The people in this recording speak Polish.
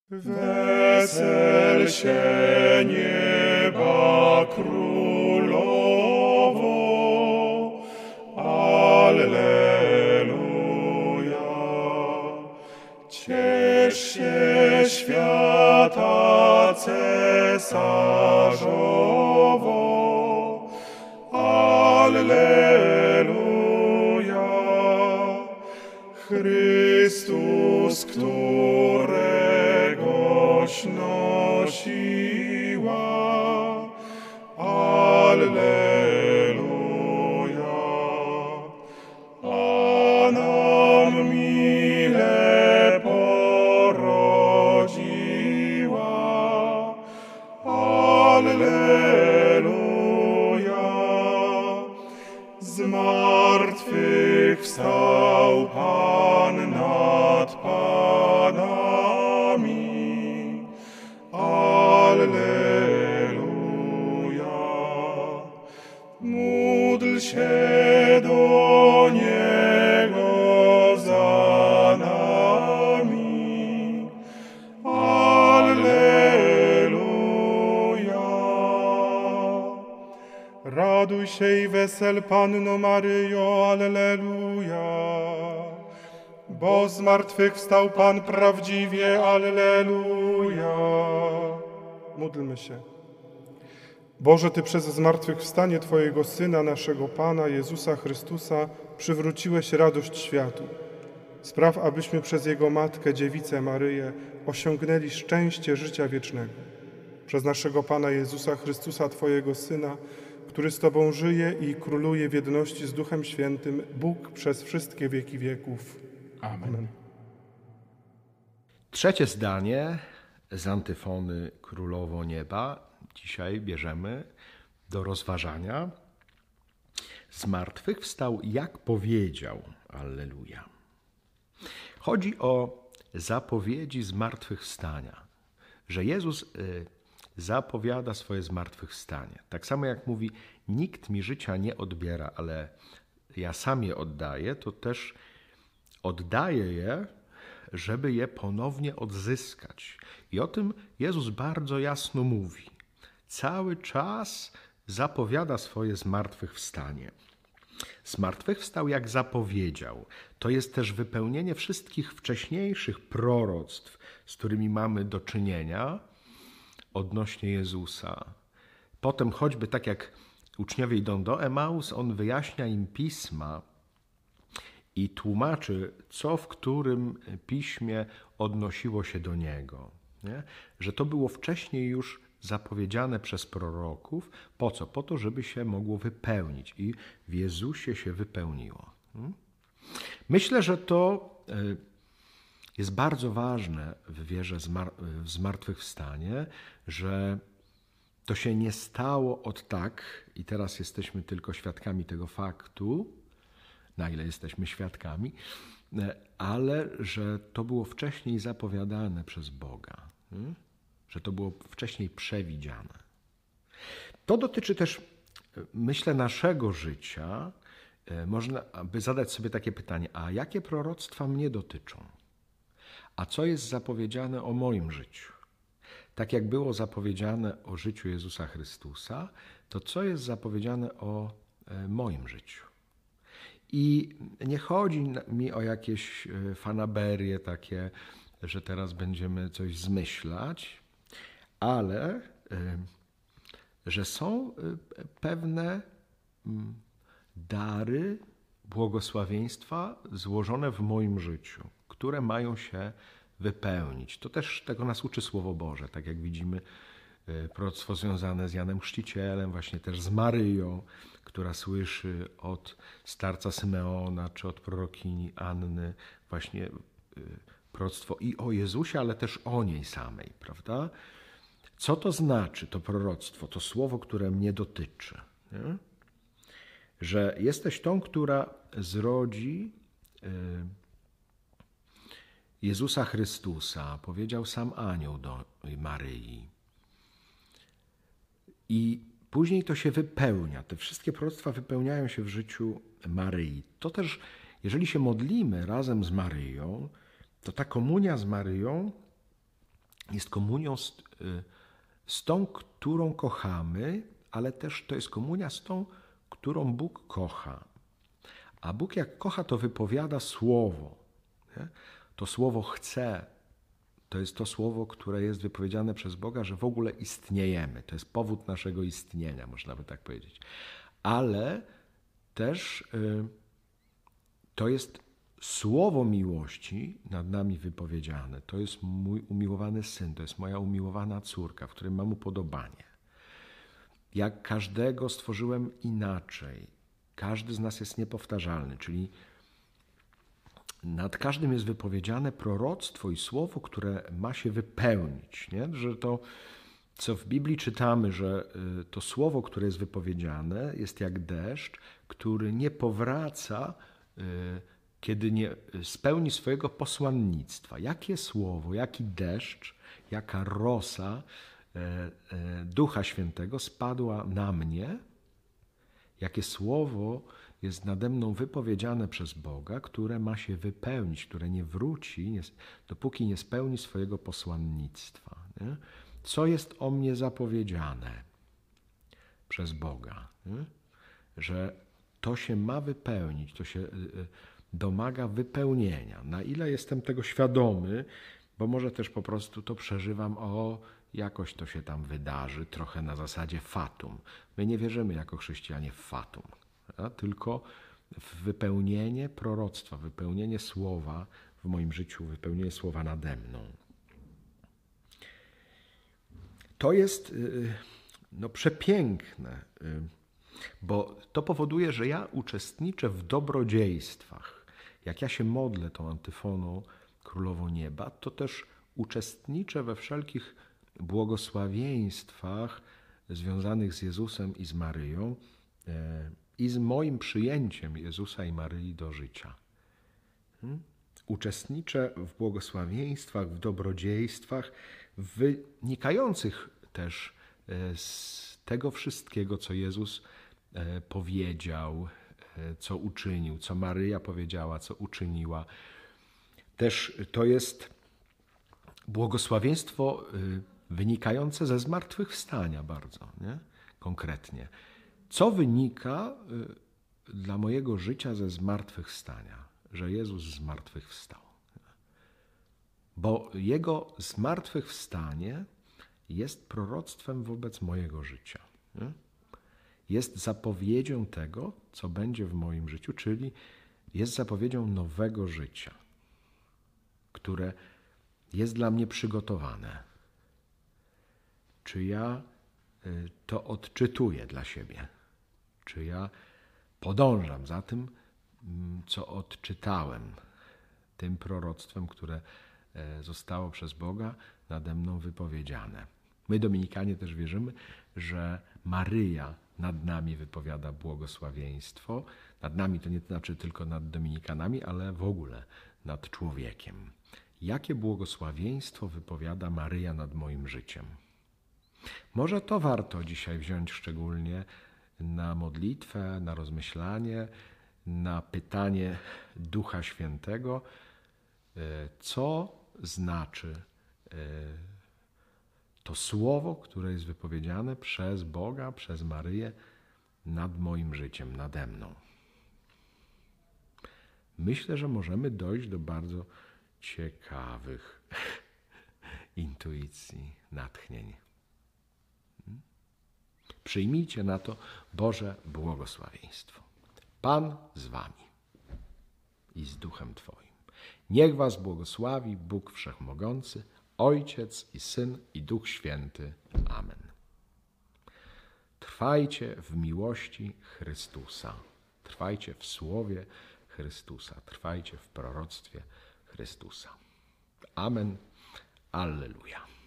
Wesel się nieba królowo, Alleluja. Ciesz się świata cesarzowo, Alleluja. Chrystus, któregoś nosiła, Alleluja. A nam mile porodziła, Alleluja. Z martwych wstał Pan nad panami, Alleluja. Módl się do Niego za nami, Alleluja. Raduj się i wesel Panno Maryjo, Alleluja. Bo z martwych wstał Pan prawdziwie, Alleluja. Módlmy się. Boże, Ty przez zmartwychwstanie Twojego Syna, naszego Pana, Jezusa Chrystusa, przywróciłeś radość światu. Spraw, abyśmy przez Jego Matkę, Dziewicę Maryję, osiągnęli szczęście życia wiecznego. Przez naszego Pana Jezusa Chrystusa, Twojego Syna, który z Tobą żyje i króluje w jedności z Duchem Świętym, Bóg przez wszystkie wieki wieków. Amen. Trzecie zdanie z antyfony Królowo Nieba dzisiaj bierzemy do rozważania. Zmartwychwstał, jak powiedział. Alleluja. Chodzi o zapowiedzi zmartwychwstania, że Jezus zapowiada swoje zmartwychwstanie. Tak samo jak mówi, nikt mi życia nie odbiera, ale ja sam je oddaję, to też oddaję je, żeby je ponownie odzyskać. I o tym Jezus bardzo jasno mówi. Cały czas zapowiada swoje zmartwychwstanie. Zmartwychwstał, jak zapowiedział. To jest też wypełnienie wszystkich wcześniejszych proroctw, z którymi mamy do czynienia odnośnie Jezusa. Potem choćby tak jak uczniowie idą do Emaus, on wyjaśnia im pisma i tłumaczy, co w którym piśmie odnosiło się do Niego. Nie? Że to było wcześniej już zapowiedziane przez proroków. Po co? Po to, żeby się mogło wypełnić. I w Jezusie się wypełniło. Myślę, że to jest bardzo ważne w wierze w zmartwychwstanie, że to się nie stało od tak i teraz jesteśmy tylko świadkami tego faktu, na ile jesteśmy świadkami, ale że to było wcześniej zapowiadane przez Boga, że to było wcześniej przewidziane. To dotyczy też, myślę, naszego życia. Można by zadać sobie takie pytanie, a jakie proroctwa mnie dotyczą? A co jest zapowiedziane o moim życiu? Tak jak było zapowiedziane o życiu Jezusa Chrystusa, to co jest zapowiedziane o moim życiu? I nie chodzi mi o jakieś fanaberie takie, że teraz będziemy coś zmyślać, ale że są pewne dary błogosławieństwa złożone w moim życiu, które mają się wypełnić. To też tego nas uczy Słowo Boże, tak jak widzimy proroctwo związane z Janem Chrzcicielem, właśnie też z Maryją, która słyszy od starca Symeona, czy od prorokini Anny właśnie proroctwo i o Jezusie, ale też o niej samej, prawda? Co to znaczy, to proroctwo, to słowo, które mnie dotyczy? Nie? Że jesteś tą, która zrodzi Jezusa Chrystusa, powiedział sam anioł do Maryi. I później to się wypełnia. Te wszystkie proroctwa wypełniają się w życiu Maryi. To też, jeżeli się modlimy razem z Maryją, to ta komunia z Maryją jest komunią z tą, którą kochamy, ale też to jest komunia z tą, którą Bóg kocha. A Bóg jak kocha, to wypowiada słowo. Nie? To słowo chce. To jest to słowo, które jest wypowiedziane przez Boga, że w ogóle istniejemy. To jest powód naszego istnienia, można by tak powiedzieć. Ale też to jest słowo miłości nad nami wypowiedziane. To jest mój umiłowany syn, to jest moja umiłowana córka, w którym mam upodobanie. Jak każdego stworzyłem inaczej. Każdy z nas jest niepowtarzalny, czyli nad każdym jest wypowiedziane proroctwo i słowo, które ma się wypełnić. Nie? Że to, co w Biblii czytamy, że to słowo, które jest wypowiedziane, jest jak deszcz, który nie powraca, kiedy nie spełni swojego posłannictwa. Jakie słowo, jaki deszcz, jaka rosa Ducha Świętego spadła na mnie, jakie słowo jest nade mną wypowiedziane przez Boga, które ma się wypełnić, które nie wróci, dopóki nie spełni swojego posłannictwa. Nie? Co jest o mnie zapowiedziane przez Boga? Nie? Że to się ma wypełnić, to się domaga wypełnienia. Na ile jestem tego świadomy, bo może też po prostu to przeżywam, jakoś to się tam wydarzy, trochę na zasadzie fatum. My nie wierzymy jako chrześcijanie w fatum, tylko w wypełnienie proroctwa, wypełnienie słowa w moim życiu, wypełnienie słowa nade mną. To jest przepiękne, bo to powoduje, że ja uczestniczę w dobrodziejstwach. Jak ja się modlę tą antyfoną Królową Nieba, to też uczestniczę we wszelkich błogosławieństwach związanych z Jezusem i z Maryją i z moim przyjęciem Jezusa i Maryi do życia. Uczestniczę w błogosławieństwach, w dobrodziejstwach wynikających też z tego wszystkiego, co Jezus powiedział, co uczynił, co Maryja powiedziała, co uczyniła. Też to jest błogosławieństwo wynikające ze zmartwychwstania bardzo, nie? Konkretnie. Co wynika dla mojego życia ze zmartwychwstania? Że Jezus zmartwychwstał. Bo Jego zmartwychwstanie jest proroctwem wobec mojego życia. Nie? Jest zapowiedzią tego, co będzie w moim życiu, czyli jest zapowiedzią nowego życia, które jest dla mnie przygotowane. Czy ja to odczytuję dla siebie? Czy ja podążam za tym, co odczytałem, tym proroctwem, które zostało przez Boga nade mną wypowiedziane? My, Dominikanie, też wierzymy, że Maryja nad nami wypowiada błogosławieństwo. Nad nami to nie znaczy tylko nad Dominikanami, ale w ogóle nad człowiekiem. Jakie błogosławieństwo wypowiada Maryja nad moim życiem? Może to warto dzisiaj wziąć szczególnie na modlitwę, na rozmyślanie, na pytanie Ducha Świętego, co znaczy to słowo, które jest wypowiedziane przez Boga, przez Maryję nad moim życiem, nade mną. Myślę, że możemy dojść do bardzo ciekawych intuicji, natchnień. Przyjmijcie na to Boże błogosławieństwo. Pan z wami i z Duchem Twoim. Niech was błogosławi Bóg Wszechmogący, Ojciec i Syn i Duch Święty. Amen. Trwajcie w miłości Chrystusa. Trwajcie w słowie Chrystusa. Trwajcie w proroctwie Chrystusa. Amen. Alleluja.